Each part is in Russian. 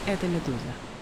Это «Медуза».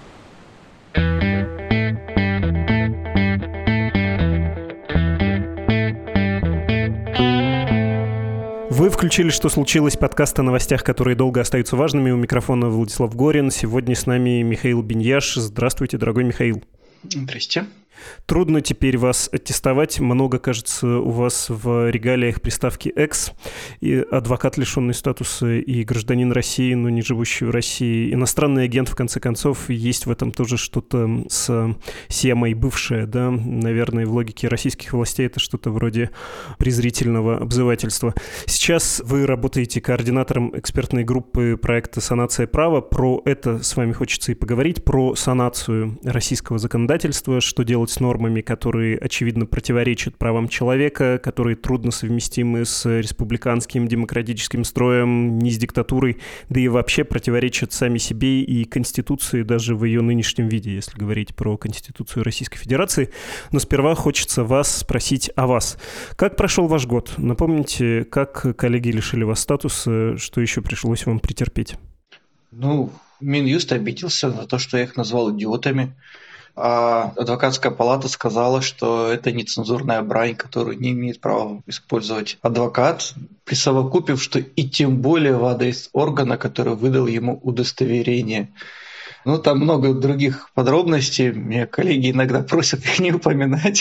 Вы включили «Что случилось?» подкаст о новостях, которые долго остаются важными. У микрофона Владислав Горин. Сегодня с нами Михаил Биньяш. Здравствуйте, дорогой Михаил. Здрасте. Трудно теперь вас аттестовать. Много, кажется, у вас в регалиях приставки «экс». И адвокат, лишенный статуса, и гражданин России, но не живущий в России. Иностранный агент, в конце концов. Есть в этом тоже что-то с семой бывшее, да? Наверное, в логике российских властей это что-то вроде презрительного обзывательства. Сейчас вы работаете координатором экспертной группы проекта «Санация права». Про это с вами хочется и поговорить. Про санацию российского законодательства, что делать с нормами, которые, очевидно, противоречат правам человека, которые трудно совместимы с республиканским демократическим строем, не с диктатурой, да и вообще противоречат сами себе и Конституции, даже в ее нынешнем виде, если говорить про Конституцию Российской Федерации. Но сперва хочется вас спросить о вас. Как прошел ваш год? Напомните, как коллеги лишили вас статуса, что еще пришлось вам претерпеть? Минюст обиделся на то, что я их назвал идиотами. А адвокатская палата сказала, что это нецензурная брань, которую не имеет права использовать адвокат, присовокупив, что и тем более в адрес органа, который выдал ему удостоверение. Там много других подробностей. Меня коллеги иногда просят их не упоминать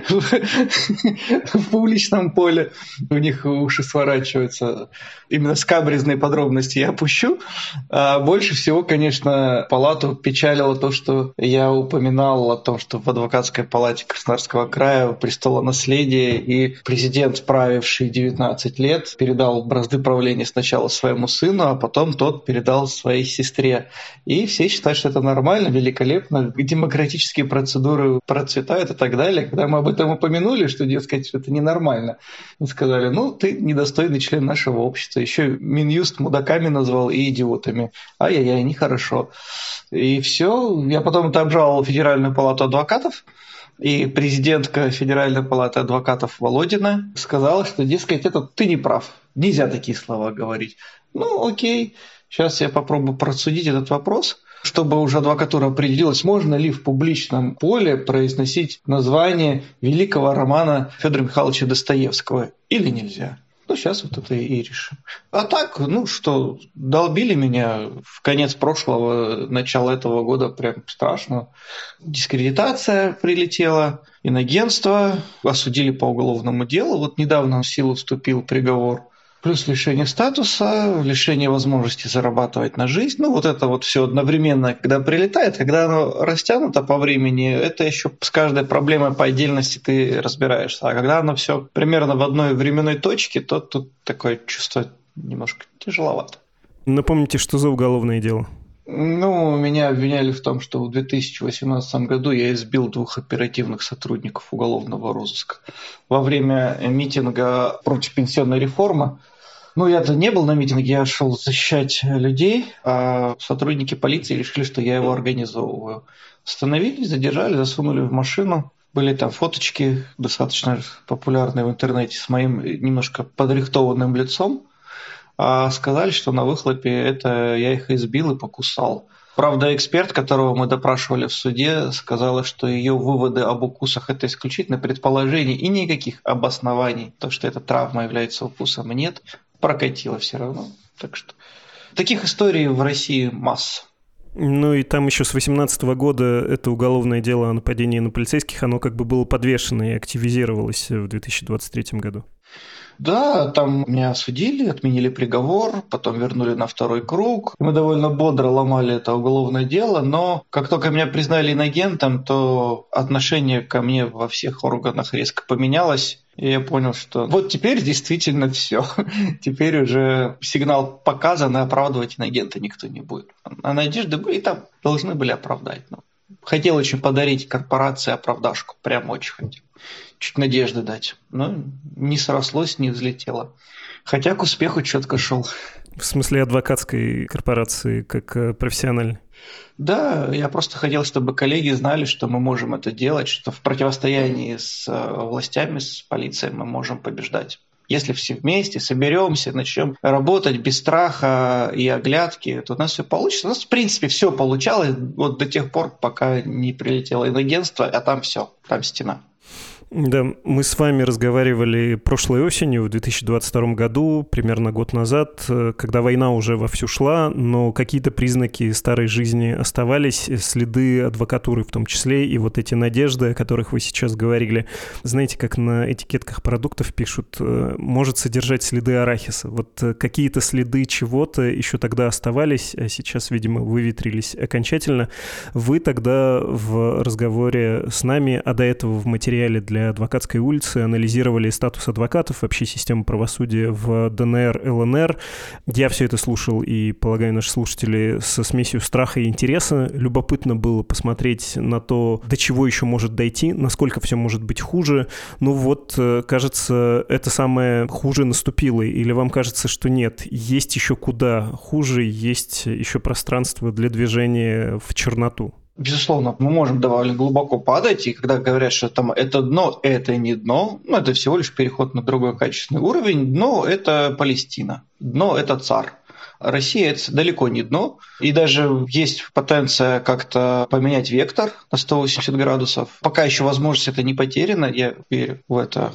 в публичном поле. У них уши сворачиваются. Именно скабрезные подробности я опущу. А больше всего, конечно, палату печалило то, что я упоминал о том, что в адвокатской палате Краснодарского края престолонаследие и президент, правивший 19 лет, передал бразды правления сначала своему сыну, а потом тот передал своей сестре. И все считают, что это нормально, великолепно, демократические процедуры процветают и так далее. Когда мы об этом упомянули, что, дескать, это ненормально, мы сказали, ты недостойный член нашего общества. Еще Минюст мудаками назвал и идиотами. Ай-яй-яй, нехорошо. И все. Я потом это обжаловал в Федеральную палату адвокатов. И президентка Федеральной палаты адвокатов Володина сказала, что, дескать, ты не прав. Нельзя такие слова говорить. Окей. Сейчас я попробую просудить этот вопрос, чтобы уже адвокатура определилась, можно ли в публичном поле произносить название великого романа Федора Михайловича Достоевского или нельзя. Сейчас вот это и решим. А так, что, долбили меня в конец прошлого, начало этого года прям страшно. Дискредитация прилетела, инагентство, осудили по уголовному делу. Недавно в силу вступил приговор. Плюс лишение статуса, лишение возможности зарабатывать на жизнь. Это все одновременно, когда прилетает, когда оно растянуто по времени, это еще с каждой проблемой по отдельности ты разбираешься. А когда оно все примерно в одной временной точке, то тут такое чувство немножко тяжеловато. Напомните, что за уголовное дело? Меня обвиняли в том, что в 2018 году я избил 2 оперативных сотрудников уголовного розыска. Во время митинга против пенсионной реформы. Я-то не был на митинге, я шел защищать людей, а сотрудники полиции решили, что я его организовываю. Остановились, задержали, засунули в машину. Были там фоточки, достаточно популярные в интернете, с моим немножко подрихтованным лицом. А сказали, что на выхлопе это я их избил и покусал. Правда, эксперт, которого мы допрашивали в суде, сказала, что ее выводы об укусах – это исключительно предположение и никаких обоснований. То, что эта травма является укусом, нет. Прокатило все равно. Так что таких историй в России масса. И там еще с 2018 года это уголовное дело о нападении на полицейских, оно было подвешено и активизировалось в 2023 году. Да, там меня осудили, отменили приговор, потом вернули на второй круг. Мы довольно бодро ломали это уголовное дело, но как только меня признали инагентом, то отношение ко мне во всех органах резко поменялось. И я понял, что теперь действительно все. Теперь уже сигнал показан, и оправдывать инагента никто не будет. А надежды были, и там должны были оправдать. Хотел очень подарить корпорации оправдашку, прям очень хотел. Чуть надежды дать. Но не срослось, не взлетело. Хотя к успеху четко шел. В смысле адвокатской корпорации, как профессиональной? Да, я просто хотел, чтобы коллеги знали, что мы можем это делать, что в противостоянии с властями, с полицией мы можем побеждать. Если все вместе соберемся, начнем работать без страха и оглядки, то у нас все получится. У нас, в принципе, все получалось вот до тех пор, пока не прилетело инагентство, а там все, там стена. Да, мы с вами разговаривали прошлой осенью, в 2022 году, примерно год назад, когда война уже вовсю шла, но какие-то признаки старой жизни оставались, следы адвокатуры в том числе, и вот эти надежды, о которых вы сейчас говорили. Знаете, как на этикетках продуктов пишут, может содержать следы арахиса. Вот какие-то следы чего-то еще тогда оставались, а сейчас, видимо, выветрились окончательно. Вы тогда в разговоре с нами, а до этого в материале для Адвокатской улицы анализировали статус адвокатов, вообще систему правосудия в ДНР, ЛНР. Я все это слушал и, полагаю, наши слушатели со смесью страха и интереса. Любопытно было посмотреть на то, до чего еще может дойти, насколько все может быть хуже. Ну вот, кажется, это самое хуже наступило. Или вам кажется, что нет? Есть еще куда хуже, есть еще пространство для движения в черноту. Безусловно, мы можем довольно глубоко падать, и когда говорят, что там это дно, это не дно, это всего лишь переход на другой качественный уровень, дно – это Палестина, дно – это царь. Россия – это далеко не дно, и даже есть потенция как-то поменять вектор на 180 градусов. Пока еще возможность это не потеряна, я верю в это.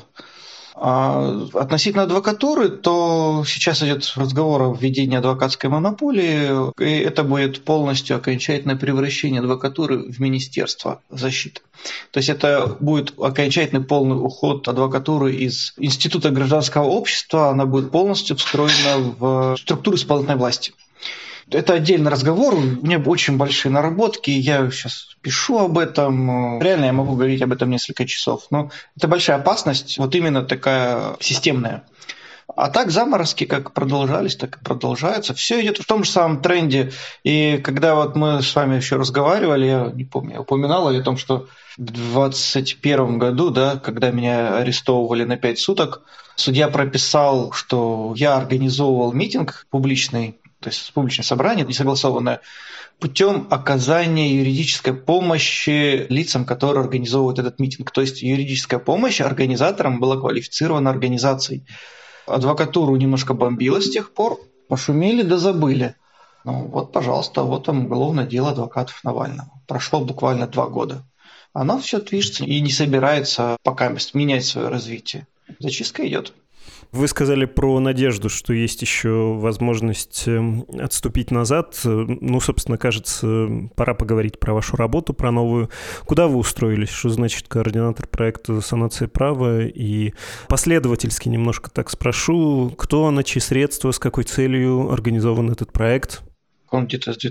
А относительно адвокатуры, то сейчас идет разговор о введении адвокатской монополии, и это будет полностью окончательное превращение адвокатуры в Министерство защиты. То есть это будет окончательный полный уход адвокатуры из Института гражданского общества, она будет полностью встроена в структуру исполнительной власти. Это отдельный разговор, у меня очень большие наработки, я сейчас пишу об этом, реально я могу говорить об этом несколько часов, но это большая опасность, вот именно такая системная. А так заморозки как продолжались, так и продолжаются. Все идет в том же самом тренде. И когда вот мы с вами еще разговаривали, я не помню, я упоминал о том, что в 2021 году, да, когда меня арестовывали на 5 суток, судья прописал, что я организовывал митинг публичный, то есть публичное собрание, несогласованное, путем оказания юридической помощи лицам, которые организовывают этот митинг. То есть юридическая помощь организаторам была квалифицирована организацией. Адвокатуру немножко бомбило с тех пор, пошумели да забыли. Ну вот, пожалуйста, вот вам уголовное дело адвокатов Навального. Прошло буквально 2 года. Оно все движется и не собирается пока менять свое развитие. Зачистка идет. Вы сказали про надежду, что есть еще возможность отступить назад. Ну, собственно, кажется, пора поговорить про вашу работу, про новую. Куда вы устроились? Что значит координатор проекта «Санация права»? И последовательски немножко так спрошу, кто, на чьи средства, с какой целью организован этот проект? Он где-то с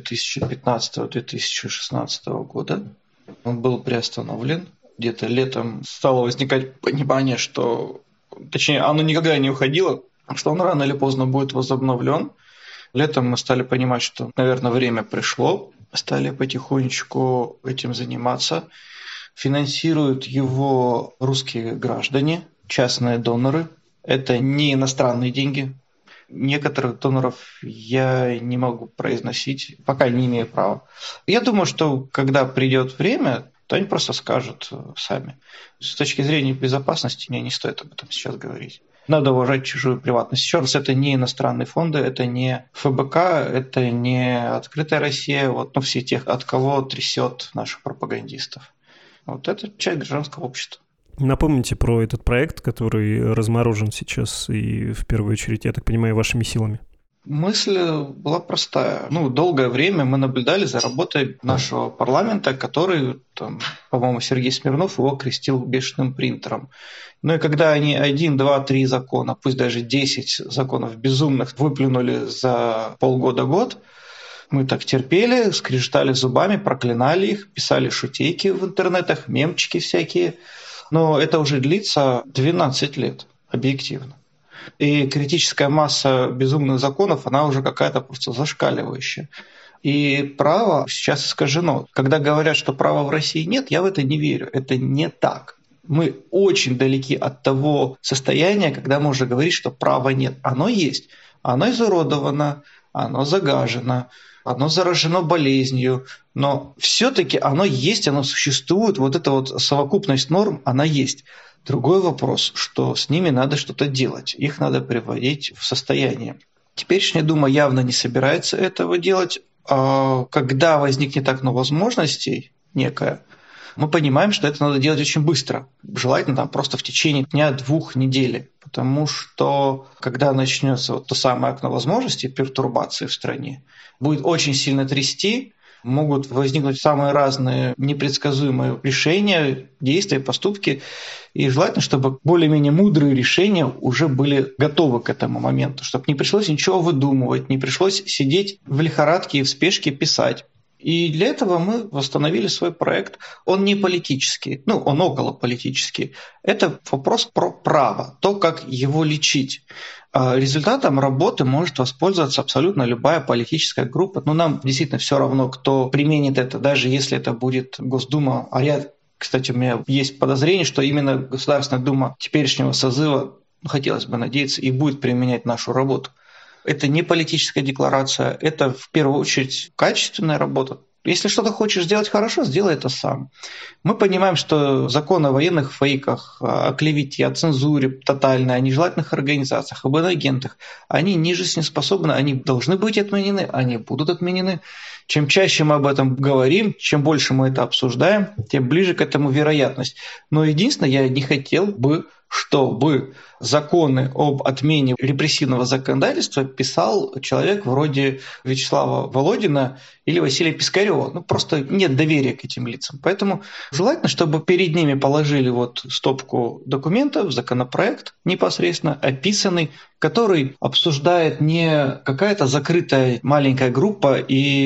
2015-2016 года. Он был приостановлен. Где-то летом стало возникать понимание, что... Точнее, оно никогда не уходило, что он рано или поздно будет возобновлен. Летом мы стали понимать, что, наверное, время пришло. Стали потихонечку этим заниматься. Финансируют его русские граждане, частные доноры. Это не иностранные деньги. Некоторых доноров я не могу произносить, пока не имею права. Я думаю, что когда придет время, то они просто скажут сами. С точки зрения безопасности мне не стоит об этом сейчас говорить. Надо уважать чужую приватность. Еще раз, это не иностранные фонды, это не ФБК, это не Открытая Россия, все тех, от кого трясет наших пропагандистов. Вот это часть гражданского общества. Напомните про этот проект, который разморожен сейчас и, в первую очередь, я так понимаю, вашими силами. Мысль была простая. Долгое время мы наблюдали за работой нашего парламента, который, по-моему, Сергей Смирнов его крестил бешеным принтером. И когда они 1, 2, 3 закона, пусть даже 10 законов безумных выплюнули за полгода-год, мы так терпели, скрежетали зубами, проклинали их, писали шутейки в интернетах, мемчики всякие. Но это уже длится 12 лет, объективно. И критическая масса безумных законов, она уже какая-то просто зашкаливающая. И право сейчас искажено. Когда говорят, что права в России нет, я в это не верю. Это не так. Мы очень далеки от того состояния, когда можно говорить, что права нет. Оно есть. Оно изуродовано, оно загажено, оно заражено болезнью. Но все-таки оно есть, оно существует. Вот эта совокупность норм, она есть. Другой вопрос, что с ними надо что-то делать, их надо приводить в состояние. Теперешняя Дума явно не собирается этого делать. А когда возникнет окно возможностей некое, мы понимаем, что это надо делать очень быстро. Желательно просто в течение дня-двух недели. Потому что когда начнется то самое окно возможностей, пертурбации в стране, будет очень сильно трясти, могут возникнуть самые разные непредсказуемые решения, действия, поступки. И желательно, чтобы более-менее мудрые решения уже были готовы к этому моменту, чтобы не пришлось ничего выдумывать, не пришлось сидеть в лихорадке и в спешке писать. И для этого мы восстановили свой проект. Он не политический, он околополитический. Это вопрос про право, то, как его лечить. Результатом работы может воспользоваться абсолютно любая политическая группа. Нам действительно все равно, кто применит это, даже если это будет Госдума. Кстати, у меня есть подозрение, что именно Государственная Дума теперешнего созыва, хотелось бы надеяться, и будет применять нашу работу. Это не политическая декларация, это в первую очередь качественная работа. Если что-то хочешь сделать хорошо, сделай это сам. Мы понимаем, что закон о военных фейках, о клевете, о цензуре тотальной, о нежелательных организациях, об иноагентах, они не жизнеспособны, они должны быть отменены, они будут отменены. Чем чаще мы об этом говорим, чем больше мы это обсуждаем, тем ближе к этому вероятность. Но единственное, я не хотел бы, чтобы законы об отмене репрессивного законодательства писал человек вроде Вячеслава Володина или Василия Пискарева. Просто нет доверия к этим лицам. Поэтому желательно, чтобы перед ними положили стопку документов, законопроект непосредственно описанный, который обсуждает не какая-то закрытая маленькая группа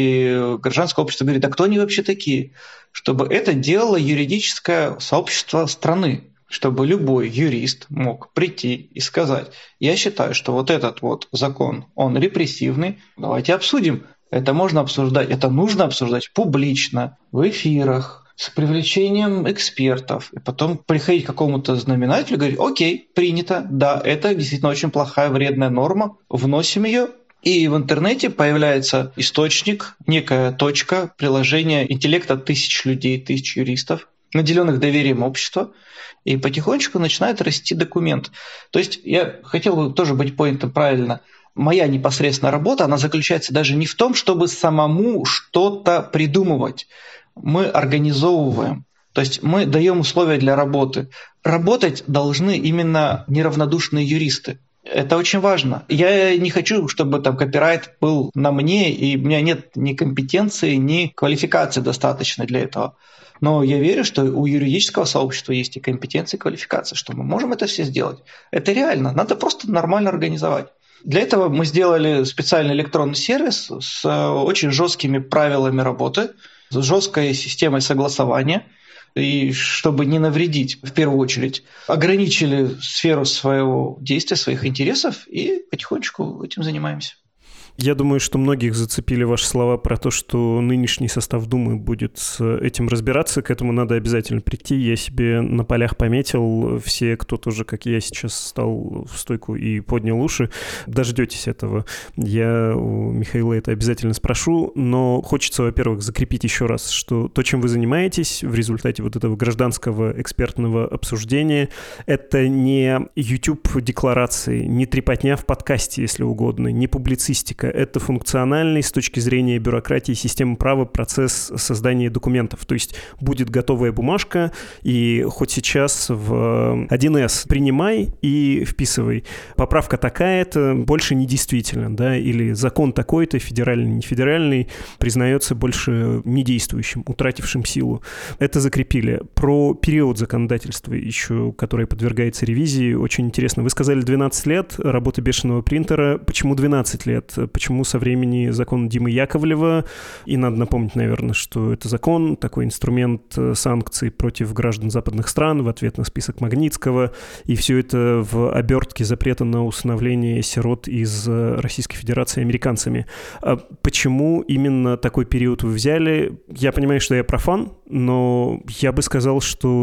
и гражданское общество говорит, а кто они вообще такие? Чтобы это делало юридическое сообщество страны. Чтобы любой юрист мог прийти и сказать, я считаю, что этот закон, он репрессивный, давайте обсудим. Это можно обсуждать, это нужно обсуждать публично, в эфирах, с привлечением экспертов. И потом приходить к какому-то знаменателю и говорить, окей, принято, да, это действительно очень плохая, вредная норма, вносим ее. И в интернете появляется источник, некая точка приложения интеллекта тысяч людей, тысяч юристов, наделенных доверием общества, и потихонечку начинает расти документ. То есть я хотел бы тоже быть понятым правильно. Моя непосредственная работа, она заключается даже не в том, чтобы самому что-то придумывать. Мы организовываем. То есть мы даем условия для работы. Работать должны именно неравнодушные юристы. Это очень важно. Я не хочу, чтобы копирайт был на мне, и у меня нет ни компетенции, ни квалификации достаточной для этого. Но я верю, что у юридического сообщества есть и компетенция, и квалификация, что мы можем это все сделать. Это реально. Надо просто нормально организовать. Для этого мы сделали специальный электронный сервис с очень жесткими правилами работы, с жесткой системой согласования. И чтобы не навредить, в первую очередь, ограничили сферу своего действия, своих интересов, и потихонечку этим занимаемся. Я думаю, что многих зацепили ваши слова про то, что нынешний состав Думы будет с этим разбираться. К этому надо обязательно прийти. Я себе на полях пометил. Все, кто тоже, как я, сейчас стал в стойку и поднял уши, дождетесь этого. Я у Михаила это обязательно спрошу. Но хочется, во-первых, закрепить еще раз, что то, чем вы занимаетесь в результате этого гражданского экспертного обсуждения, это не YouTube-декларации, не трепотня в подкасте, если угодно, не публицистика. Это функциональный с точки зрения бюрократии системы права процесс создания документов. То есть будет готовая бумажка, и хоть сейчас в 1С принимай и вписывай. Поправка такая-то больше не действительна, да, или закон такой-то, федеральный, не федеральный, признается больше недействующим, утратившим силу. Это закрепили. Про период законодательства еще, которое подвергается ревизии, очень интересно. Вы сказали 12 лет работы бешеного принтера. Почему 12 лет? Почему со времени закона Димы Яковлева? И надо напомнить, наверное, что это закон, такой инструмент санкций против граждан западных стран в ответ на список Магнитского. И все это в обертке запрета на усыновление сирот из Российской Федерации американцами. А почему именно такой период вы взяли? Я понимаю, что я профан, но я бы сказал, что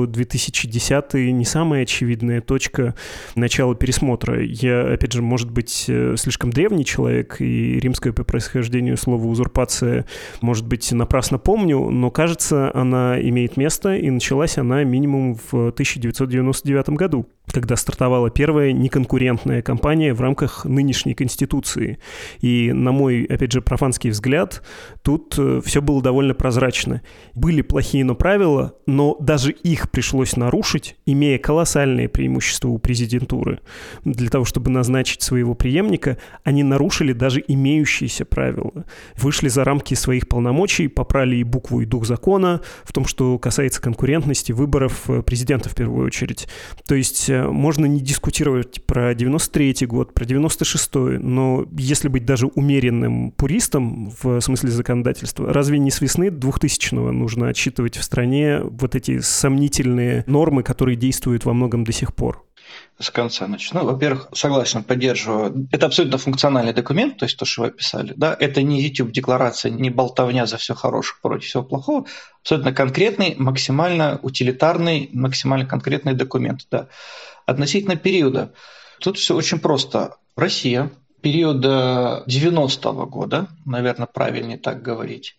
2010-й не самая очевидная точка начала пересмотра. Я, опять же, может быть, слишком древний человек, век, и римское по происхождению слово «узурпация», может быть, напрасно помню, но, кажется, она имеет место, и началась она минимум в 1999 году, когда стартовала первая неконкурентная кампания в рамках нынешней Конституции. И, на мой, опять же, профанский взгляд, тут все было довольно прозрачно. Были плохие, но правила, но даже их пришлось нарушить, имея колоссальное преимущество у президентуры. Для того, чтобы назначить своего преемника, они нарушили даже имеющиеся правила. Вышли за рамки своих полномочий, попрали и букву, и дух закона в том, что касается конкурентности выборов президента в первую очередь. То есть можно не дискутировать про 93-й год, про 96-й, но если быть даже умеренным пуристом в смысле законодательства, разве не с весны 2000-го нужно отсчитывать в стране вот эти сомнительные нормы, которые действуют во многом до сих пор? С конца начну. Во-первых, согласен, поддерживаю. Это абсолютно функциональный документ, то есть то, что вы описали. Да? Это не YouTube-декларация, не болтовня за все хорошее против всего плохого. Абсолютно конкретный, максимально утилитарный, максимально конкретный документ. Да. Относительно периода. Тут все очень просто. Россия периода 90-го года, наверное, правильнее так говорить,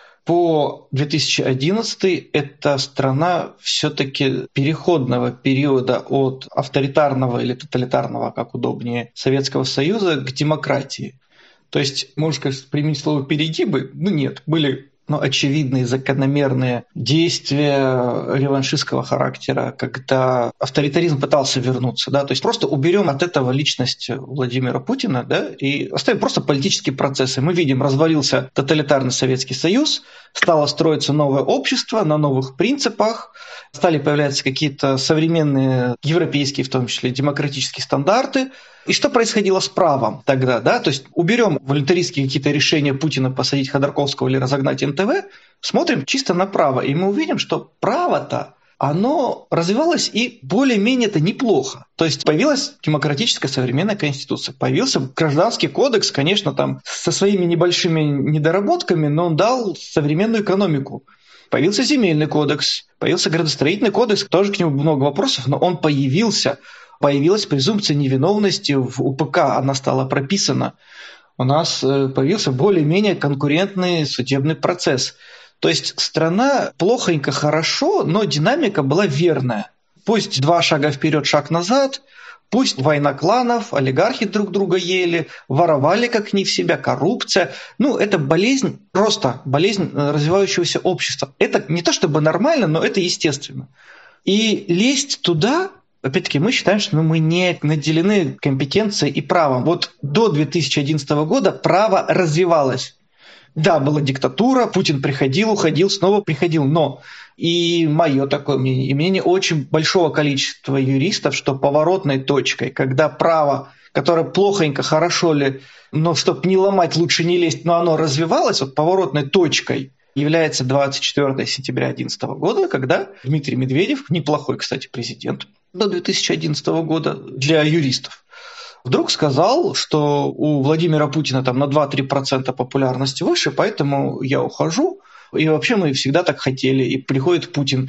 по 2011 это страна все-таки переходного периода от авторитарного или тоталитарного, как удобнее, Советского Союза к демократии. То есть, можно, конечно, применить слово «перегибы», но нет, были очевидные закономерные действия реваншистского характера, когда авторитаризм пытался вернуться. Да? То есть просто уберем от этого личность Владимира Путина, да, и оставим просто политические процессы. Мы видим, развалился тоталитарный Советский Союз, стало строиться новое общество на новых принципах, стали появляться какие-то современные европейские, в том числе демократические стандарты. И что происходило с правом тогда? Да? То есть уберем волюнтаристские какие-то решения Путина посадить Ходорковского или разогнать НТВ, смотрим чисто на право, и мы увидим, что право-то оно развивалось и более-менее-то неплохо. То есть появилась демократическая современная конституция, появился гражданский кодекс, конечно, там со своими небольшими недоработками, но он дал современную экономику. Появился земельный кодекс, появился градостроительный кодекс, тоже к нему много вопросов, но он появился. Появилась презумпция невиновности в УПК, она стала прописана. У нас появился более-менее конкурентный судебный процесс. То есть страна плохонько хорошо, но динамика была верная. Пусть 2 шага вперед, шаг назад, пусть война кланов, олигархи друг друга ели, воровали как не в себя, коррупция. Это болезнь, просто болезнь развивающегося общества. Это не то чтобы нормально, но это естественно. И лезть туда... Опять-таки, мы считаем, что мы не наделены компетенцией и правом. Вот до 2011 года право развивалось. Да, была диктатура, Путин приходил, уходил, снова приходил, но и мое такое мнение, и мнение очень большого количества юристов, что поворотной точкой, когда право, которое плохонько, хорошо ли, но чтобы не ломать, лучше не лезть, но оно развивалось, вот поворотной точкой является 24 сентября 2011 года, когда Дмитрий Медведев, неплохой, кстати, президент, до 2011 года для юристов, вдруг сказал, что у Владимира Путина там на 2-3% популярности выше, поэтому я ухожу. И вообще мы всегда так хотели, и приходит Путин.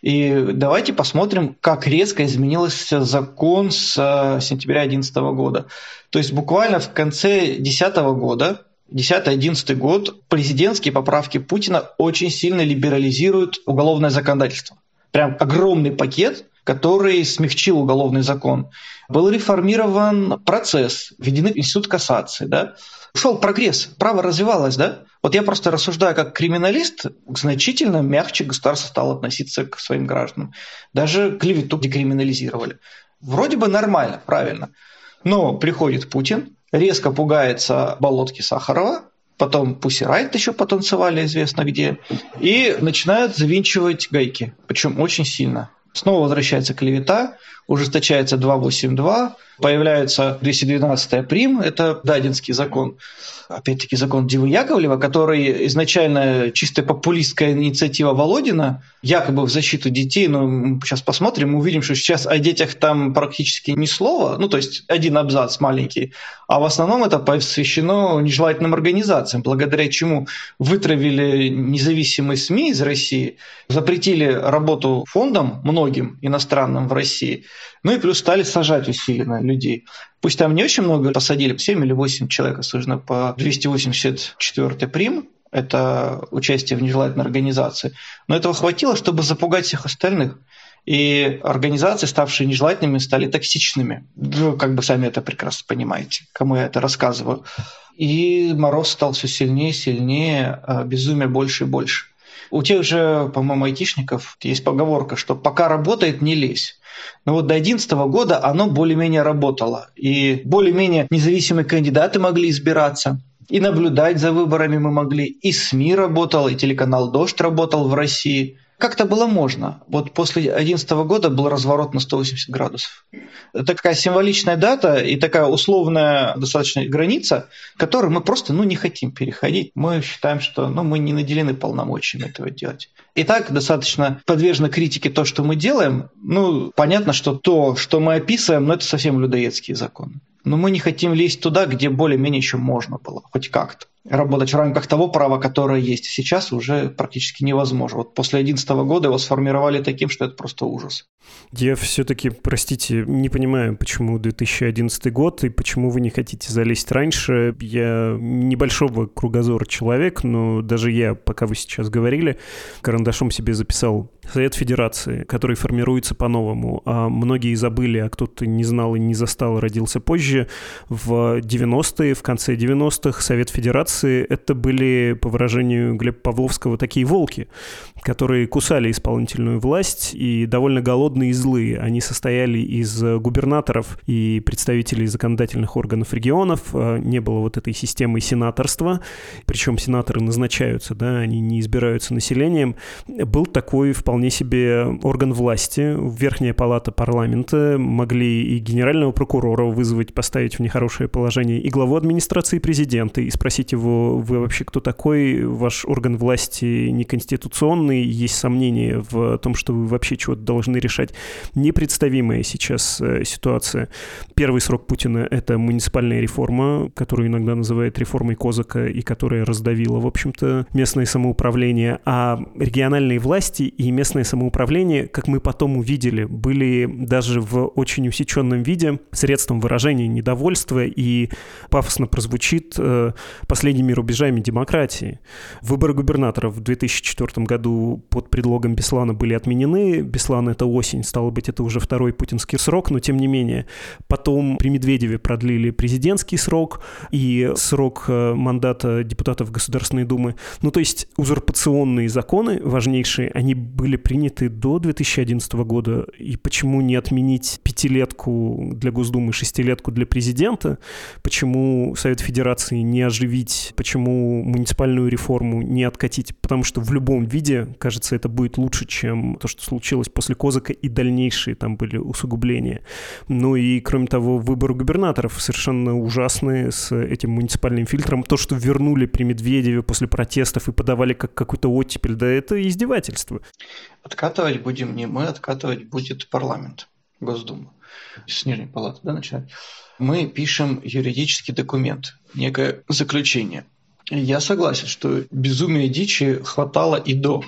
И давайте посмотрим, как резко изменился закон с сентября 2011 года. То есть буквально в конце 2010 года, 10-11 год, президентские поправки Путина очень сильно либерализируют уголовное законодательство. Прям огромный пакет, который смягчил уголовный закон. Был реформирован процесс, введены институт кассации, да? Ушел прогресс, право развивалось, да? Вот я просто рассуждаю как криминалист, значительно мягче государство стало относиться к своим гражданам. Даже клевету декриминализировали. Вроде бы нормально, правильно. Но приходит Путин, резко пугается болотки Сахарова, потом Pussy Riot еще потанцевали известно где, и начинают завинчивать гайки, причем очень сильно. Снова возвращается клевета, ужесточается 282, появляется 212-я прим, это Дадинский закон. Опять-таки закон Дивы Яковлева, который изначально чисто популистская инициатива Володина, якобы в защиту детей, но мы сейчас посмотрим, мы увидим, что сейчас о детях там практически ни слова, то есть один абзац маленький, а в основном это посвящено нежелательным организациям, благодаря чему вытравили независимые СМИ из России, запретили работу фондам многим иностранным в России, и плюс стали сажать усиленно людей. Пусть там не очень много посадили, 7 или 8 человек осуждено по 284 прим. Это участие в нежелательной организации. Но этого хватило, чтобы запугать всех остальных. И организации, ставшие нежелательными, стали токсичными. Вы как бы сами это прекрасно понимаете, кому я это рассказываю. И мороз стал все сильнее и сильнее, а безумие больше и больше. У тех же, по-моему, айтишников есть поговорка, что пока работает, не лезь. Но вот до 2011 года оно более-менее работало. И более-менее независимые кандидаты могли избираться. И наблюдать за выборами мы могли. И СМИ работал, и телеканал «Дождь» работал в России. Как-то было можно. Вот после 2011 года был разворот на 180 градусов. Это такая символичная дата и такая условная достаточно граница, которую мы просто не хотим переходить. Мы считаем, что мы не наделены полномочиями этого делать. И так достаточно подвержено критике то, что мы делаем. Понятно, что то, что мы описываем, это совсем людоедские законы. Но мы не хотим лезть туда, где более-менее еще можно было, хоть как-то. Работать в рамках того права, которое есть сейчас, уже практически невозможно. Вот после 2011 года его сформировали таким, что это просто ужас. Я все-таки, простите, не понимаю, почему 2011 год и почему вы не хотите залезть раньше. Я небольшого кругозора человек, но даже я, пока вы сейчас говорили, карандашом себе записал Совет Федерации, который формируется по-новому. А многие забыли, а кто-то не знал и не застал, родился позже. В 90-е, в конце 90-х Совет Федерации — это были, по выражению Глеба Павловского, такие волки, которые кусали исполнительную власть и довольно голодные и злые. Они состояли из губернаторов и представителей законодательных органов регионов. Не было вот этой системы сенаторства, причем сенаторы назначаются, они не избираются населением. Был такой вполне себе орган власти, Верхняя палата парламента, могли и генерального прокурора вызвать, поставить в нехорошее положение, и главу администрации президента, и спросить его: вы вообще кто такой, ваш орган власти неконституционный, есть сомнения в том, что вы вообще чего-то должны решать. Непредставимая сейчас ситуация. Первый срок Путина — это муниципальная реформа, которую иногда называют реформой Козака, и которая раздавила, в общем-то, местное самоуправление. А региональные власти и местное самоуправление, как мы потом увидели, были даже в очень усеченном виде средством выражения недовольства, и пафосно прозвучит последними рубежами демократии. Выборы губернаторов в 2004 году под предлогом Беслана были отменены. Беслан — это осень, стало быть, это уже второй путинский срок, но тем не менее. Потом при Медведеве продлили президентский срок и срок мандата депутатов Государственной Думы. То есть узурпационные законы важнейшие, они были приняты до 2011 года. И почему не отменить 5-летку для Госдумы, 6-летку для президента? Почему Совет Федерации не оживить? Почему муниципальную реформу не откатить? Потому что в любом виде, кажется, это будет лучше, чем то, что случилось после Козака, и дальнейшие там были усугубления. И, кроме того, выборы губернаторов совершенно ужасные с этим муниципальным фильтром. То, что вернули при Медведеве после протестов и подавали как какую-то оттепель, это издевательство. Откатывать будем не мы, откатывать будет парламент, Госдума. С Нижней палаты, начинать. Мы пишем юридический документ, некое заключение. Я согласен, что безумия дичи хватало и до.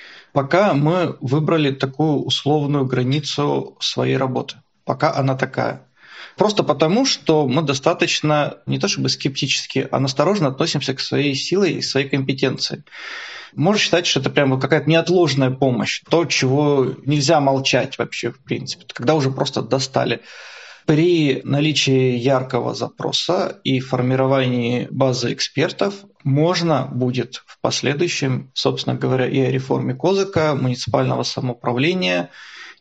Пока мы выбрали такую условную границу своей работы. Пока она такая. Просто потому, что мы достаточно, не то чтобы скептически, а настороженно относимся к своей силе и своей компетенции. Можно считать, что это прямо какая-то неотложная помощь. То, чего нельзя молчать вообще, в принципе. Когда уже просто достали. При наличии яркого запроса и формировании базы экспертов можно будет в последующем, собственно говоря, и о реформе Козака, муниципального самоуправления,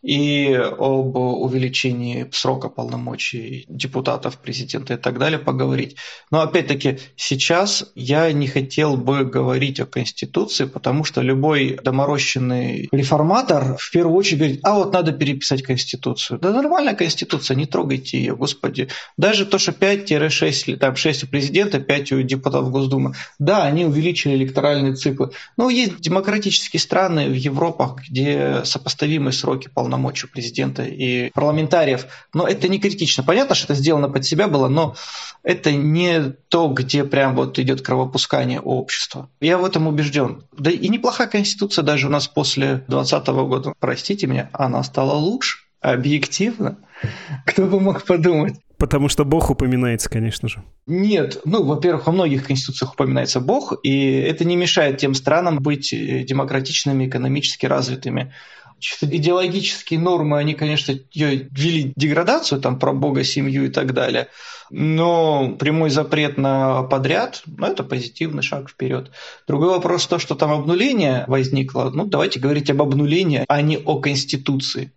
и об увеличении срока полномочий депутатов, президента и так далее поговорить. Но опять-таки сейчас я не хотел бы говорить о Конституции, потому что любой доморощенный реформатор в первую очередь говорит: вот надо переписать Конституцию. Да нормальная Конституция, не трогайте ее, господи. Даже то, что 5-6, 6 у президента, 5 у депутатов Госдумы, да, они увеличили электоральные циклы. Но есть демократические страны в Европе, где сопоставимые сроки полномочий президента и парламентариев. Но это не критично. Понятно, что это сделано под себя было, но это не то, где прям идет кровопускание общества. Я в этом убежден. Да и неплохая Конституция даже у нас после 2020 года. Простите меня, она стала лучше. Объективно. Кто бы мог подумать? Потому что Бог упоминается, конечно же. Нет, во-первых, во многих конституциях упоминается Бог, и это не мешает тем странам быть демократичными, экономически развитыми. Чисто идеологические нормы, они, конечно, ввели деградацию там, про Бога, семью и так далее, но прямой запрет на подряд, это позитивный шаг вперед. Другой вопрос то, что там обнуление возникло. Давайте говорить об обнулении, а не о Конституции.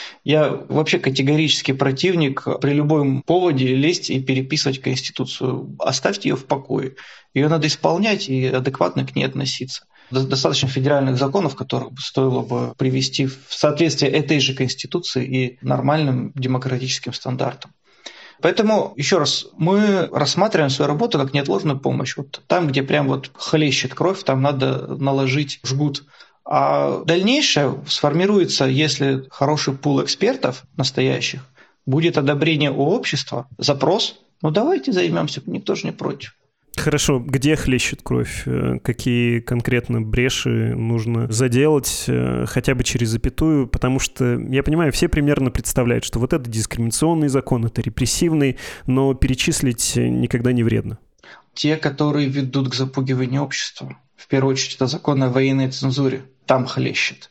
Я вообще категорически противник при любом поводе лезть и переписывать Конституцию. Оставьте ее в покое. Ее надо исполнять и адекватно к ней относиться. Достаточно федеральных законов, которых стоило бы привести в соответствие этой же Конституции и нормальным демократическим стандартам. Поэтому, еще раз, мы рассматриваем свою работу как неотложную помощь. Вот там, где прям хлещет кровь, там надо наложить жгут. А дальнейшее сформируется, если хороший пул экспертов настоящих, будет одобрение у общества, запрос, давайте займемся, никто же не против. Хорошо, где хлещет кровь? Какие конкретно бреши нужно заделать, хотя бы через запятую? Потому что, я понимаю, все примерно представляют, что вот это дискриминационный закон, это репрессивный, но перечислить никогда не вредно. Те, которые ведут к запугиванию общества. В первую очередь, это законы о военной цензуре. Там хлещет.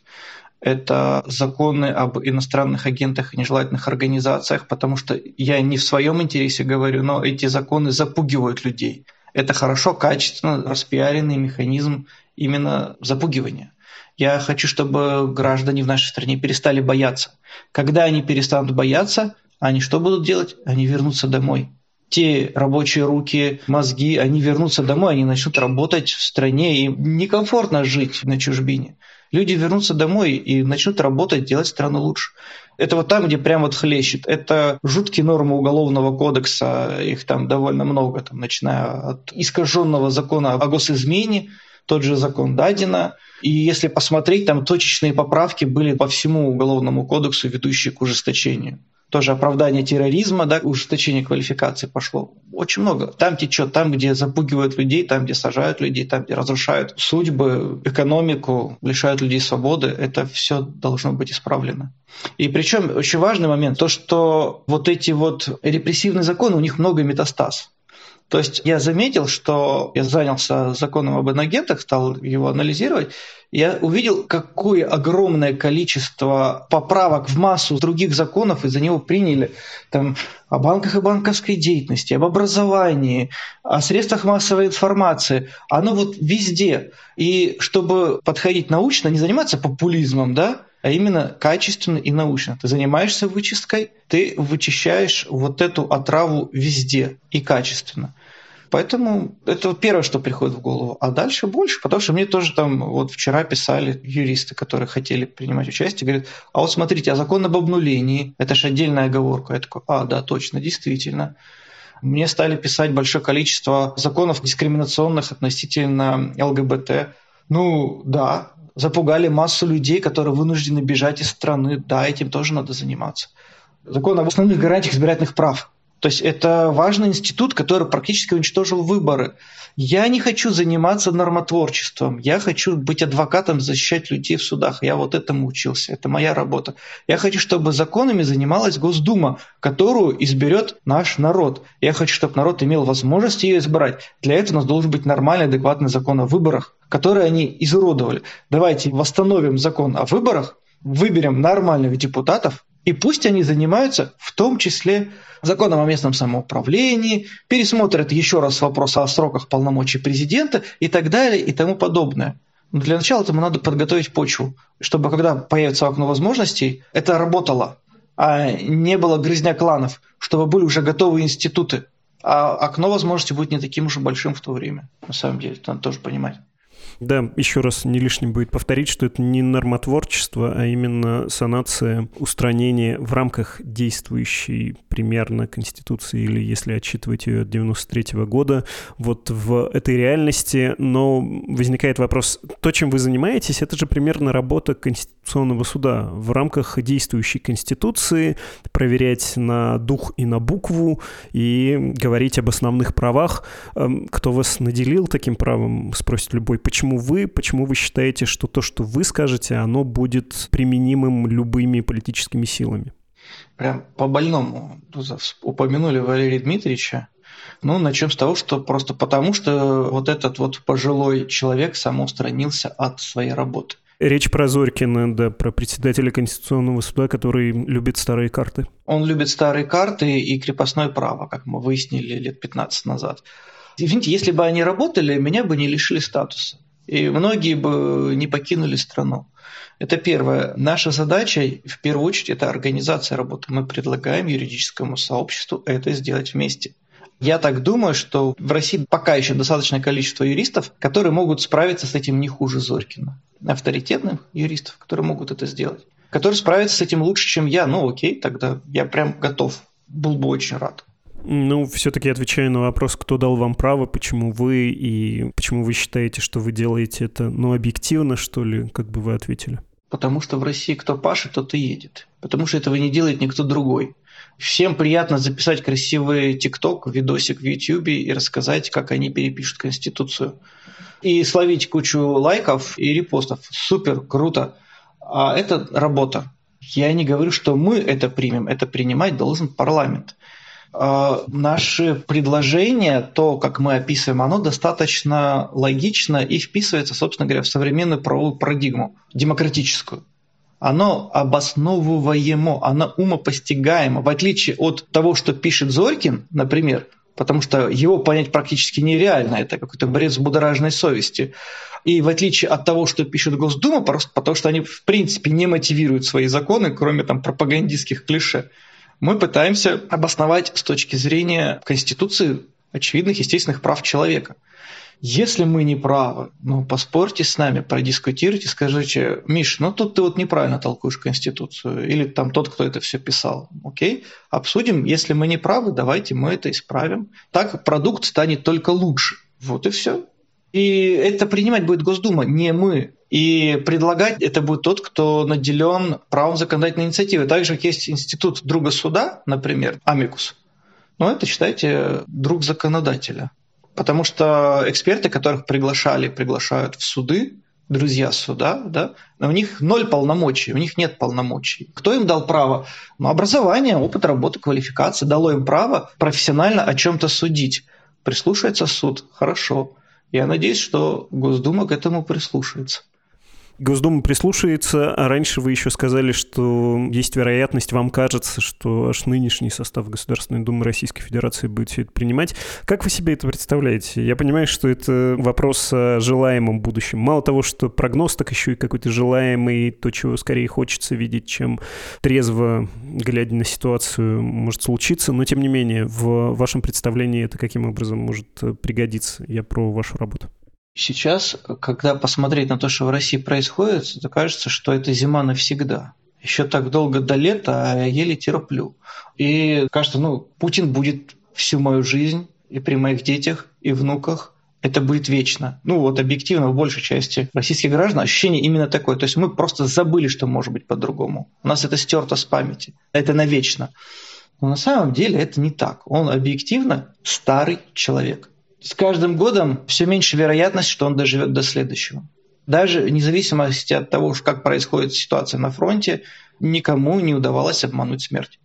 Это законы об иностранных агентах и нежелательных организациях, потому что я не в своем интересе говорю, но эти законы запугивают людей. Это хорошо, качественно распиаренный механизм именно запугивания. Я хочу, чтобы граждане в нашей стране перестали бояться. Когда они перестанут бояться, они что будут делать? Они вернутся домой. Те рабочие руки, мозги, они вернутся домой, они начнут работать в стране, им некомфортно жить на чужбине. Люди вернутся домой и начнут работать, делать страну лучше. Это там, где прям хлещет. Это жуткие нормы Уголовного кодекса, их там довольно много, начиная от искаженного закона о госизмене, тот же закон Дадина. И если посмотреть, там точечные поправки были по всему Уголовному кодексу, ведущие к ужесточению. Тоже оправдание терроризма, ужесточение квалификации пошло. Очень много. Там течет, там, где запугивают людей, там, где сажают людей, там, где разрушают судьбы, экономику, лишают людей свободы, это все должно быть исправлено. И причем очень важный момент, то, что эти репрессивные законы, у них много метастаз. То есть я заметил, что я занялся законом об инагентах, стал его анализировать, я увидел, какое огромное количество поправок в массу других законов из-за него приняли. Там, о банках и банковской деятельности, об образовании, о средствах массовой информации. Оно везде. И чтобы подходить научно, не заниматься популизмом, а именно качественно и научно. Ты занимаешься вычисткой, ты вычищаешь эту отраву везде и качественно. Поэтому это первое, что приходит в голову. А дальше больше, потому что мне тоже вчера писали юристы, которые хотели принимать участие, говорят, а смотрите, закон об обнулении, это же отдельная оговорка. Я такой, да, точно, действительно. Мне стали писать большое количество законов дискриминационных относительно ЛГБТ. Да, запугали массу людей, которые вынуждены бежать из страны. Да, этим тоже надо заниматься. Закон об основных гарантиях избирательных прав. То есть это важный институт, который практически уничтожил выборы. Я не хочу заниматься нормотворчеством. Я хочу быть адвокатом, защищать людей в судах. Я этому учился. Это моя работа. Я хочу, чтобы законами занималась Госдума, которую изберет наш народ. Я хочу, чтобы народ имел возможность ее избрать. Для этого у нас должен быть нормальный, адекватный закон о выборах, который они изуродовали. Давайте восстановим закон о выборах, выберем нормальных депутатов, и пусть они занимаются в том числе законом о местном самоуправлении, пересмотрят еще раз вопрос о сроках полномочий президента и так далее и тому подобное. Но для начала этому надо подготовить почву, чтобы когда появится окно возможностей, это работало, а не было грызня кланов, чтобы были уже готовые институты. А окно возможностей будет не таким уж большим в то время. На самом деле, это надо тоже понимать. Да, еще раз не лишним будет повторить, что это не нормотворчество, а именно санация, устранение в рамках действующей примерно Конституции, или если отчитывать ее от 93 года, в этой реальности. Но возникает вопрос, то, чем вы занимаетесь, это же примерно работа Конституционного суда. В рамках действующей Конституции проверять на дух и на букву и говорить об основных правах. Кто вас наделил таким правом, спросит любой. Почему вы считаете, что то, что вы скажете, оно будет применимым любыми политическими силами? Прям по-больному упомянули Валерия Дмитриевича. Ну, начнем с того, что просто потому, что вот этот вот пожилой человек самоустранился от своей работы. Речь про Зорькина, да, про председателя Конституционного суда, который любит старые карты. Он любит старые карты и крепостное право, как мы выяснили лет 15 назад. Извините, если бы они работали, меня бы не лишили статуса. И многие бы не покинули страну. Это первое. Наша задача, в первую очередь, это организация работы. Мы предлагаем юридическому сообществу это сделать вместе. Я так думаю, что в России пока еще достаточное количество юристов, которые могут справиться с этим не хуже Зорькина. Авторитетных юристов, которые могут это сделать. Которые справятся с этим лучше, чем я. Ну окей, тогда я прям готов. Был бы очень рад. Ну, все-таки отвечаю на вопрос, кто дал вам право, почему вы и почему вы считаете, что вы делаете это, объективно, что ли, как бы вы ответили? Потому что в России кто пашет, тот и едет. Потому что этого не делает никто другой. Всем приятно записать красивый ТикТок, видосик в Ютьюбе и рассказать, как они перепишут Конституцию. И словить кучу лайков и репостов. Супер, круто. А это работа. Я не говорю, что мы это примем. Это принимать должен парламент. Наши предложения, то, как мы описываем, оно достаточно логично и вписывается, собственно говоря, в современную правовую парадигму, демократическую. Оно обосновываемо, оно умопостигаемо, в отличие от того, что пишет Зорькин, например, потому что его понять практически нереально, это какой-то бред взбудораженной совести. И в отличие от того, что пишет Госдума, просто потому что они в принципе не мотивируют свои законы, кроме там пропагандистских клише, мы пытаемся обосновать с точки зрения Конституции очевидных естественных прав человека. Если мы не правы, поспорьте с нами, продискутируйте, скажите: Миш, тут ты вот неправильно толкуешь Конституцию, или там тот, кто это все писал. Окей, обсудим, если мы не правы, давайте мы это исправим. Так продукт станет только лучше. Вот и все. И это принимать будет Госдума, не мы. И предлагать это будет тот, кто наделен правом законодательной инициативы. Так же, как есть институт друга суда, например, амикус. Это, считайте, друг законодателя. Потому что эксперты, которых приглашают в суды, друзья суда, да, у них 0 полномочий, у них нет полномочий. Кто им дал право? Образование, опыт работы, квалификация дало им право профессионально о чем-то судить. Прислушается суд? Хорошо. Я надеюсь, что Госдума к этому прислушается. Госдума прислушается, а раньше вы еще сказали, что есть вероятность, вам кажется, что аж нынешний состав Государственной Думы Российской Федерации будет все это принимать. Как вы себе это представляете? Я понимаю, что это вопрос о желаемом будущем. Мало того, что прогноз, так еще и какой-то желаемый, то, чего скорее хочется видеть, чем трезво, глядя на ситуацию, может случиться. Но, тем не менее, в вашем представлении это каким образом может пригодиться? Я про вашу работу. Сейчас, когда посмотреть на то, что в России происходит, то кажется, что это зима навсегда. Еще так долго до лета, а я еле терплю. И кажется, Путин будет всю мою жизнь, и при моих детях, и внуках. Это будет вечно. Объективно, в большей части российских граждан ощущение именно такое. То есть мы просто забыли, что может быть по-другому. У нас это стерто с памяти. Это навечно. Но на самом деле это не так. Он объективно старый человек. С каждым годом все меньше вероятность, что он доживет до следующего. Даже вне зависимости от того, как происходит ситуация на фронте, никому не удавалось обмануть смерть.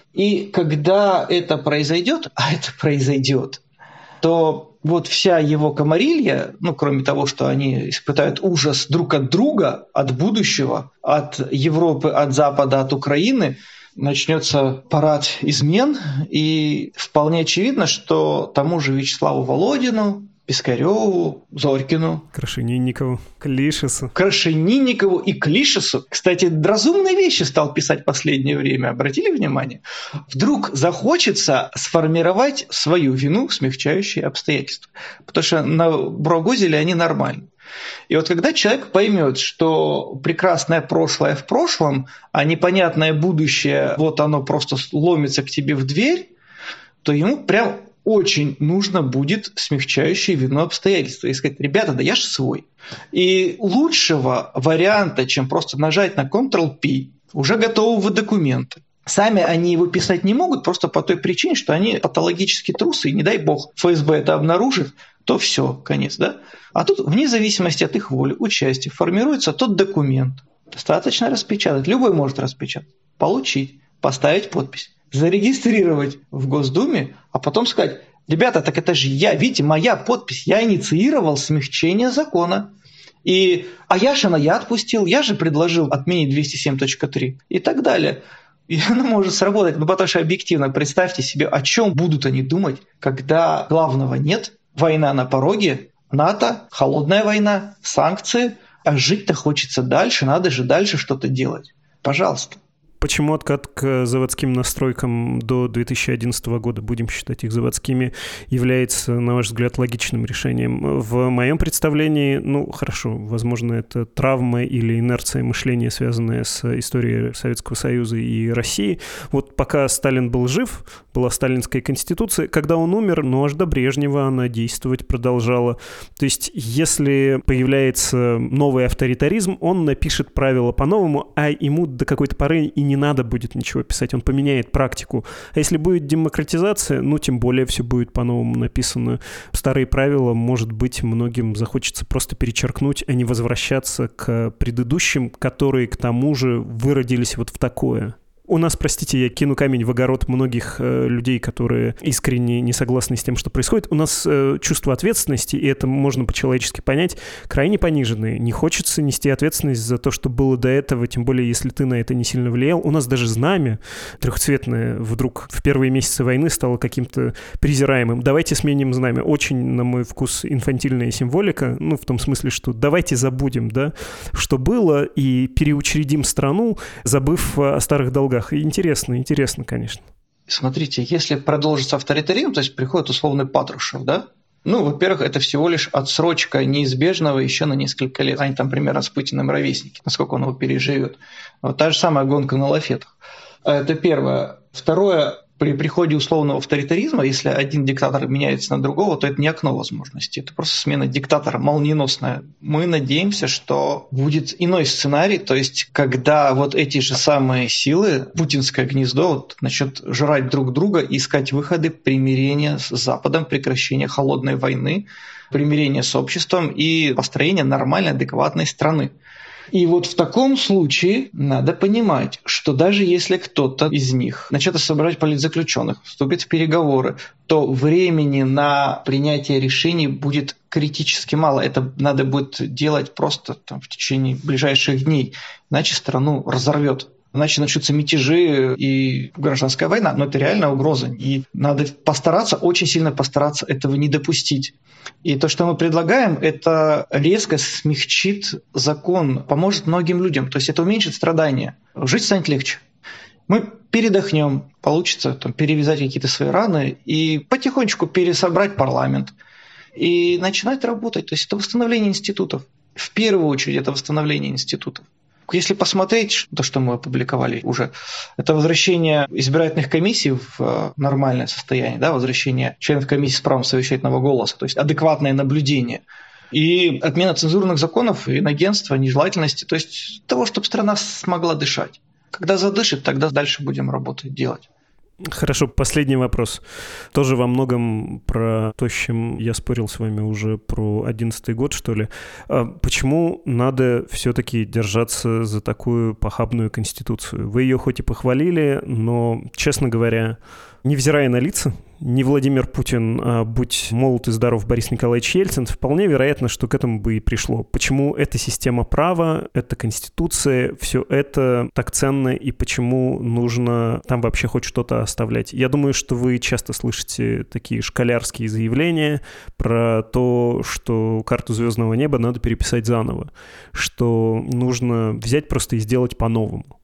И когда это произойдет, а это произойдет, то вся его комарилья, кроме того, что они испытают ужас друг от друга, от будущего, от Европы, от Запада, от Украины, начнется парад измен, и вполне очевидно, что тому же Вячеславу Володину, Пискареву, Зорькину, Крашенинникову, Клишесу. Крашенинникову и Клишесу. Кстати, разумные вещи стал писать в последнее время. Обратили внимание? Вдруг захочется сформировать свою вину, смягчающие обстоятельства. Потому что на Брогозеле они нормальны. И когда человек поймет, что прекрасное прошлое в прошлом, а непонятное будущее, оно просто ломится к тебе в дверь, то ему прям очень нужно будет смягчающие вину обстоятельства. И сказать: ребята, да я ж свой. И лучшего варианта, чем просто нажать на Ctrl-P, уже готового документа. Сами они его писать не могут, просто по той причине, что они патологически трусы, и не дай бог ФСБ это обнаружит, то все, конец, да? А тут, вне зависимости от их воли, участия, формируется тот документ. Достаточно распечатать, любой может распечатать, получить. поставить подпись, зарегистрировать в Госдуме, а потом сказать: ребята, так это же я, видите, моя подпись, я инициировал смягчение закона. А я отпустил, я же предложил отменить 207.3 и так далее. И оно может сработать, потому что объективно представьте себе, о чем будут они думать, когда главного нет, война на пороге, НАТО, холодная война, санкции, а жить-то хочется дальше, надо же дальше что-то делать. Пожалуйста. Почему откат к заводским настройкам до 2011 года, будем считать их заводскими, является, на ваш взгляд, логичным решением? В моем представлении, хорошо, возможно, это травма или инерция мышления, связанная с историей Советского Союза и России. Вот пока Сталин был жив, была сталинская конституция, когда он умер, аж до Брежнева она действовать продолжала. То есть, если появляется новый авторитаризм, он напишет правила по-новому, а ему до какой-то поры и не надо будет ничего писать, он поменяет практику. А если будет демократизация, тем более все будет по-новому написано. Старые правила, может быть, многим захочется просто перечеркнуть, а не возвращаться к предыдущим, которые, к тому же, выродились вот в такое. У нас, простите, я кину камень в огород многих людей, которые искренне не согласны с тем, что происходит. У нас чувство ответственности, и это можно по-человечески понять, крайне пониженные. Не хочется нести ответственность за то, что было до этого, тем более, если ты на это не сильно влиял. У нас даже знамя трехцветное вдруг в первые месяцы войны стало каким-то презираемым. Давайте сменим знамя. Очень, на мой вкус, инфантильная символика, в том смысле, что давайте забудем, что было, и переучредим страну, забыв о старых долгах. Интересно, конечно. Смотрите, если продолжится авторитаризм, то есть приходит условный Патрушев, во-первых, это всего лишь отсрочка неизбежного еще на несколько лет. Они там примерно с Путиным ровесники, насколько он его переживет. Вот та же самая гонка на лафетах. Это первое. Второе, при приходе условного авторитаризма, если один диктатор меняется на другого, то это не окно возможностей, это просто смена диктатора молниеносная. Мы надеемся, что будет иной сценарий, то есть когда вот эти же самые силы, путинское гнездо, начнет жрать друг друга и искать выходы примирения с Западом, прекращения холодной войны, примирения с обществом и построения нормальной, адекватной страны. И вот в таком случае надо понимать, что даже если кто-то из них начнет собирать политзаключенных, вступит в переговоры, то времени на принятие решений будет критически мало. Это надо будет делать просто в течение ближайших дней, иначе страну разорвет. Иначе начнутся мятежи и гражданская война. Но это реальная угроза. И надо постараться, очень сильно постараться этого не допустить. И то, что мы предлагаем, это резко смягчит закон, поможет многим людям. То есть это уменьшит страдания. Жить станет легче. Мы передохнем, получится перевязать какие-то свои раны и потихонечку пересобрать парламент и начинать работать. То есть это восстановление институтов. В первую очередь это восстановление институтов. Если посмотреть то, что мы опубликовали уже, это возвращение избирательных комиссий в нормальное состояние, возвращение членов комиссии с правом совещательного голоса, то есть адекватное наблюдение. И отмена цензурных законов, инагентства, нежелательности, то есть того, чтобы страна смогла дышать. Когда задышит, тогда дальше будем работать, делать. Хорошо, последний вопрос. Тоже во многом про то, с чем я спорил с вами уже про 2011 год, что ли. Почему надо все-таки держаться за такую похабную конституцию? Вы ее хоть и похвалили, но, честно говоря, невзирая на лица, не Владимир Путин, а будь молод и здоров Борис Николаевич Ельцин, вполне вероятно, что к этому бы и пришло. Почему эта система права, эта конституция, все это так ценно и почему нужно там вообще хоть что-то оставлять? Я думаю, что вы часто слышите такие школярские заявления про то, что карту звездного неба надо переписать заново, что нужно взять просто и сделать по-новому.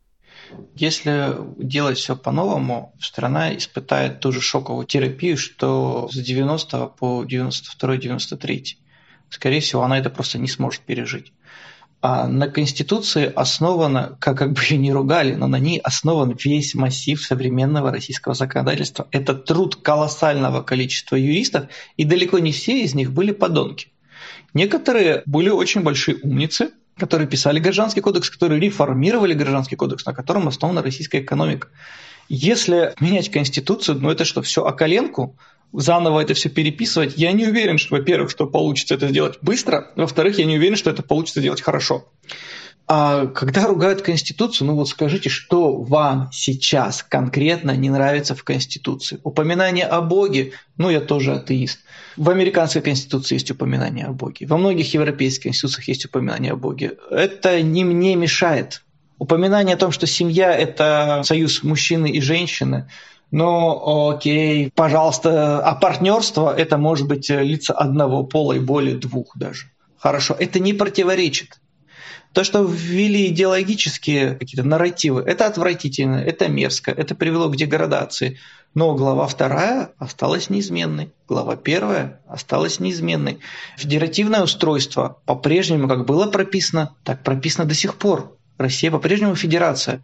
Если делать все по-новому, страна испытает ту же шоковую терапию, что с 90 по 92-93. Скорее всего, она это просто не сможет пережить. А на Конституции основано, как бы ее ни ругали, но на ней основан весь массив современного российского законодательства. Это труд колоссального количества юристов, и далеко не все из них были подонки. Некоторые были очень большие умницы, которые писали Гражданский кодекс, которые реформировали Гражданский кодекс, на котором основана российская экономика. Если менять Конституцию, это что, все о коленку? Заново это все переписывать? Я не уверен, что, во-первых, что получится это сделать быстро, во-вторых, я не уверен, что это получится сделать хорошо. А когда ругают Конституцию, ну вот скажите, что вам сейчас конкретно не нравится в Конституции? Упоминание о Боге, ну я тоже атеист. В американской Конституции есть упоминание о Боге. Во многих европейских конституциях есть упоминание о Боге. Это не мне мешает. Упоминание о том, что семья – это союз мужчины и женщины, ну окей, пожалуйста. А партнерство – это может быть лица одного пола и более двух даже. Хорошо, это не противоречит. То, что ввели идеологические какие-то нарративы, это отвратительно, это мерзко, это привело к деградации. Но глава 2 осталась неизменной, глава 1 осталась неизменной. Федеративное устройство по-прежнему, как было прописано, так прописано до сих пор. Россия по-прежнему федерация.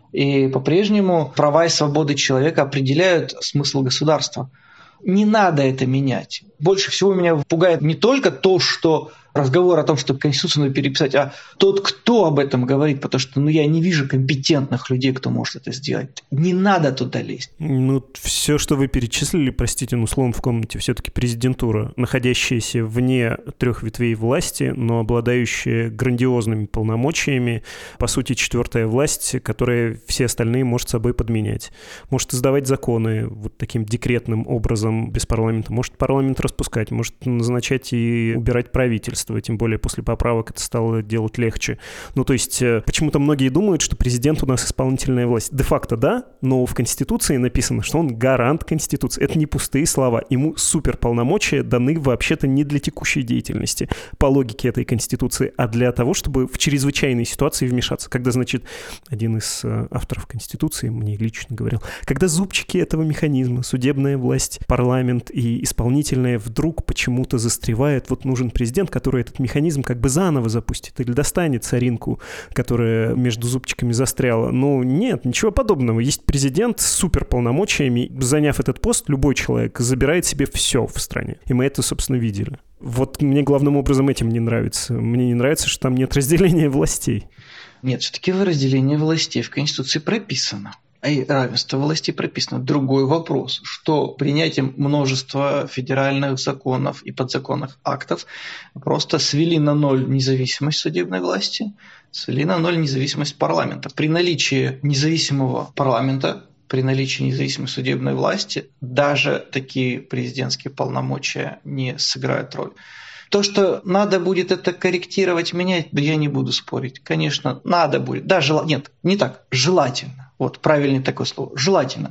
И по-прежнему права и свободы человека определяют смысл государства. Не надо это менять. Больше всего меня пугает не только то, что разговор о том, что Конституцию надо переписать, а тот, кто об этом говорит, потому что я не вижу компетентных людей, кто может это сделать. Не надо туда лезть. Все, что вы перечислили, простите, словом в комнате, все-таки президентура, находящаяся вне 3 ветвей власти, но обладающая грандиозными полномочиями, по сути, 4-я власть, которая все остальные может собой подменять. Может издавать законы вот таким декретным образом без парламента, может парламент распускать, может назначать и убирать правительство. Тем более после поправок это стало делать легче. То есть почему-то многие думают, что президент у нас исполнительная власть. Де-факто да, но в Конституции написано, что он гарант Конституции. Это не пустые слова. Ему суперполномочия даны вообще-то не для текущей деятельности по логике этой Конституции, а для того, чтобы в чрезвычайной ситуации вмешаться. Когда, значит, один из авторов Конституции мне лично говорил, когда зубчики этого механизма, судебная власть, парламент и исполнительная вдруг почему-то застревают, вот нужен президент, который этот механизм как бы заново запустит или достанет соринку, которая между зубчиками застряла. Нет, ничего подобного. Есть президент с суперполномочиями. Заняв этот пост, любой человек забирает себе все в стране. И мы это, собственно, видели. Вот мне главным образом этим не нравится. Мне не нравится, что там нет разделения властей. Нет, все-таки разделение властей в Конституции прописано. И равенство властей прописано. Другой вопрос, что принятием множества федеральных законов и подзаконных актов просто свели на ноль независимость судебной власти, свели на ноль независимость парламента. При наличии независимого парламента, при наличии независимой судебной власти даже такие президентские полномочия не сыграют роль. То, что надо будет это корректировать, менять, да я не буду спорить. Конечно, надо будет. Да, нет, не так, желательно. Вот правильное такое слово. Желательно.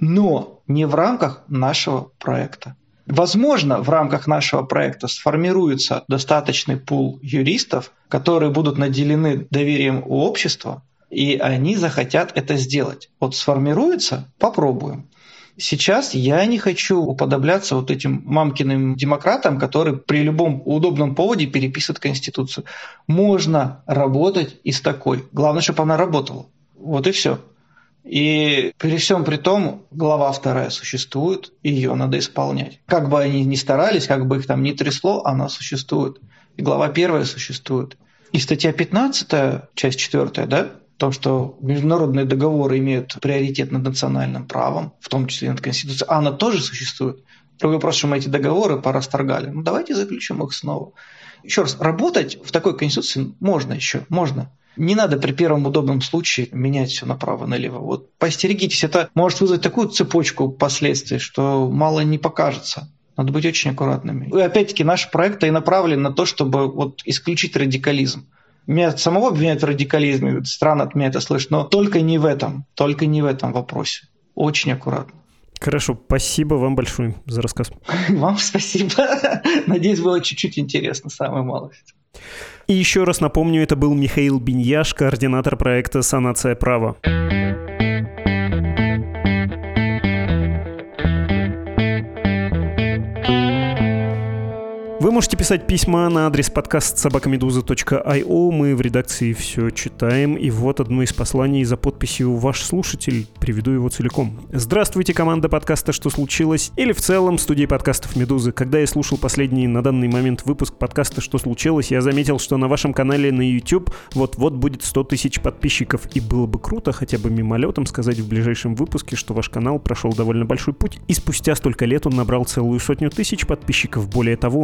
Но не в рамках нашего проекта. Возможно, в рамках нашего проекта сформируется достаточный пул юристов, которые будут наделены доверием у общества, и они захотят это сделать. Вот сформируется, попробуем. Сейчас я не хочу уподобляться вот этим мамкиным демократам, которые при любом удобном поводе переписывают Конституцию. Можно работать и с такой. Главное, чтобы она работала. Вот и все. И при всем при том, глава 2 существует, и ее надо исполнять. Как бы они ни старались, как бы их там ни трясло, она существует. И глава 1 существует. И статья 15, часть 4, да, о том, что международные договоры имеют приоритет над национальным правом, в том числе и над Конституцией, она тоже существует. Другой вопрос, что мы эти договоры порасторгали. Давайте заключим их снова. Еще раз, работать в такой Конституции можно еще, можно. Не надо при первом удобном случае менять все направо-налево. Вот поостерегитесь, это может вызвать такую цепочку последствий, что мало не покажется. Надо быть очень аккуратными. И опять-таки наш проект и направлен на то, чтобы исключить радикализм. Меня самого обвиняют в радикализме, странно от меня это слышать, но только не в этом вопросе. Очень аккуратно. Хорошо, спасибо вам большое за рассказ. Вам спасибо. Надеюсь, было чуть-чуть интересно, самое малость. И еще раз напомню, это был Михаил Биньяш, координатор проекта «Санация права». Вы можете писать письма на адрес подкаст @meduza.io. Мы в редакции все читаем. И вот одно из посланий за подписью «Ваш слушатель». Приведу его целиком. Здравствуйте, команда подкаста «Что случилось?» или в целом студии подкастов «Медузы». Когда я слушал последний на данный момент выпуск подкаста «Что случилось?», я заметил, что на вашем канале на YouTube вот-вот будет 100 тысяч подписчиков. И было бы круто хотя бы мимолетом сказать в ближайшем выпуске, что ваш канал прошел довольно большой путь. И спустя столько лет он набрал целую 100 000 подписчиков. Более того, у меня есть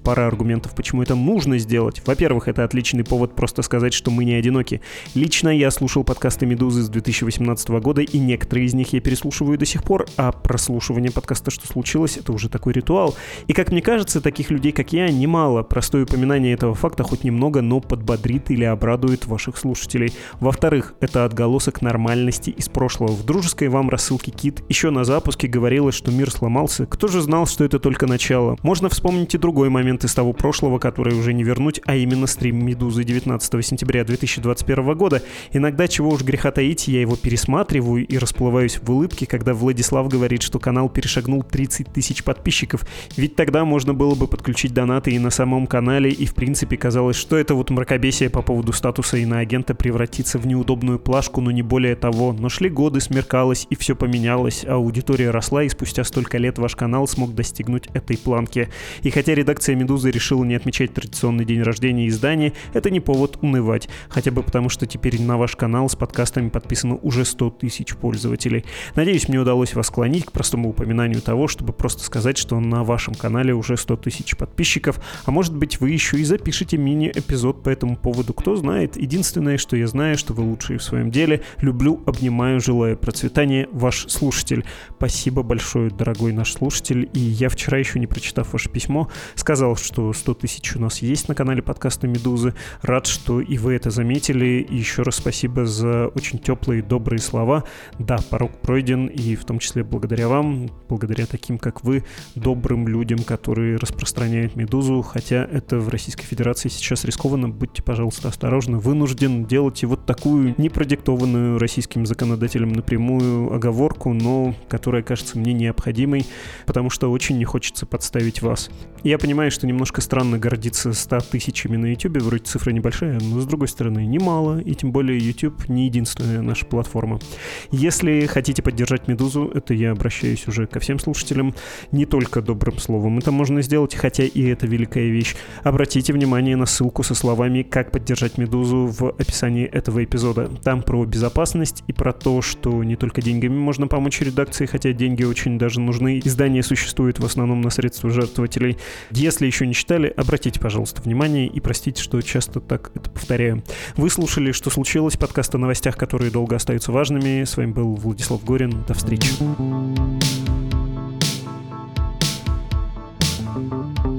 пара аргументов, почему это нужно сделать. Во-первых, это отличный повод просто сказать, что мы не одиноки. Лично я слушал подкасты «Медузы» с 2018 года, и некоторые из них я переслушиваю до сих пор, а прослушивание подкаста «Что случилось?» — это уже такой ритуал. И, как мне кажется, таких людей, как я, немало. Простое упоминание этого факта хоть немного, но подбодрит или обрадует ваших слушателей. Во-вторых, это отголосок нормальности из прошлого. В дружеской вам рассылке Кит еще на запуске говорилось, что мир сломался. Кто же знал, что это только начало? Можно вспомнить и другой момент из того прошлого, который уже не вернуть, а именно стрим «Медузы» 19 сентября 2021 года. Иногда, чего уж греха таить, я его пересматриваю и расплываюсь в улыбке, когда Владислав говорит, что канал перешагнул 30 тысяч подписчиков. Ведь тогда можно было бы подключить донаты и на самом канале, и в принципе казалось, что это вот мракобесие по поводу статуса иноагента превратится в неудобную плашку, но не более того. Но шли годы, смеркалось, и все поменялось, а аудитория росла, и спустя столько лет ваш канал смог достигнуть этой планки. И хотя редакция «Медузы» решила не отмечать традиционный день рождения издания, это не повод унывать. Хотя бы потому, что теперь на ваш канал с подкастами подписано уже 100 тысяч пользователей. Надеюсь, мне удалось вас склонить к простому упоминанию того, чтобы просто сказать, что на вашем канале уже 100 тысяч подписчиков, а может быть вы еще и запишите мини-эпизод по этому поводу, кто знает. Единственное, что я знаю, что вы лучшие в своем деле. Люблю, обнимаю, желаю процветания, ваш слушатель. Спасибо большое, дорогой наш слушатель. И я вчера, еще не прочитав ваше письмо, сказал, что 100 тысяч у нас есть на канале подкаста «Медузы». Рад, что и вы это заметили. И еще раз спасибо за очень теплые, добрые слова. Да, порог пройден, и в том числе благодаря вам, благодаря таким, как вы, добрым людям, которые распространяют «Медузу», хотя это в Российской Федерации сейчас рискованно. Будьте, пожалуйста, осторожны. Вынужден делать и вот такую непродиктованную российским законодателем напрямую оговорку, но которая кажется мне необходимой, потому что очень не хочется подставить вас. Я понимаю, что немножко странно гордиться 100 тысячами на YouTube, вроде цифра небольшая, но с другой стороны немало, и тем более YouTube не единственная наша платформа. Если хотите поддержать «Медузу», это я обращаюсь уже ко всем слушателям, не только добрым словом это можно сделать, хотя и это великая вещь. Обратите внимание на ссылку со словами «Как поддержать «Медузу» в описании этого эпизода. Там про безопасность и про то, что не только деньгами можно помочь редакции, хотя деньги очень даже нужны. Издание существует в основном на средства жертвователей. Если еще не читали, обратите, пожалуйста, внимание и простите, что часто так это повторяю. Вы слушали «Что случилось?» Подкаст о новостях, которые долго остаются важными. С вами был Владислав Горин. До встречи.